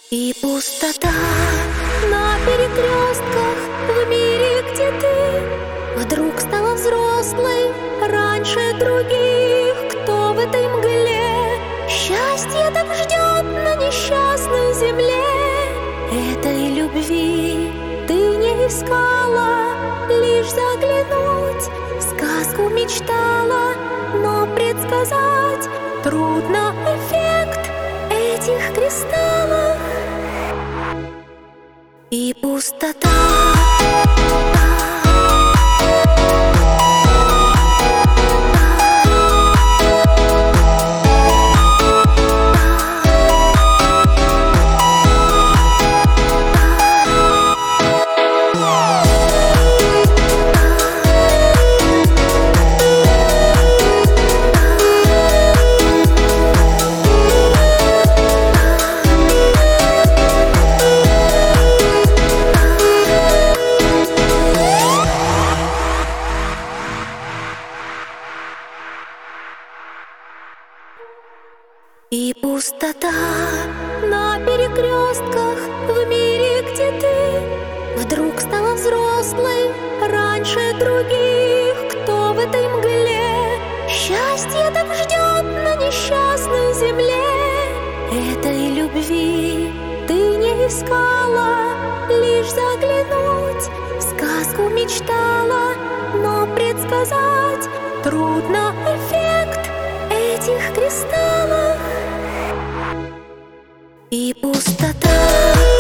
И пустота на перекрестках в мире, где ты вдруг стала взрослой раньше других. Кто в этой мгле счастье так ждет на несчастной земле? Этой любви ты не искала, лишь заглянуть в сказку мечтала, но предсказать трудно эффект этих кристаллов. И пустота. И пустота на перекрестках в мире, где ты вдруг стала взрослой раньше других. Кто в этой мгле счастье так ждет на несчастной земле? Этой любви ты не искала, лишь заглянуть в сказку мечтала, но предсказать трудно эффект этих кристаллов. И пустота.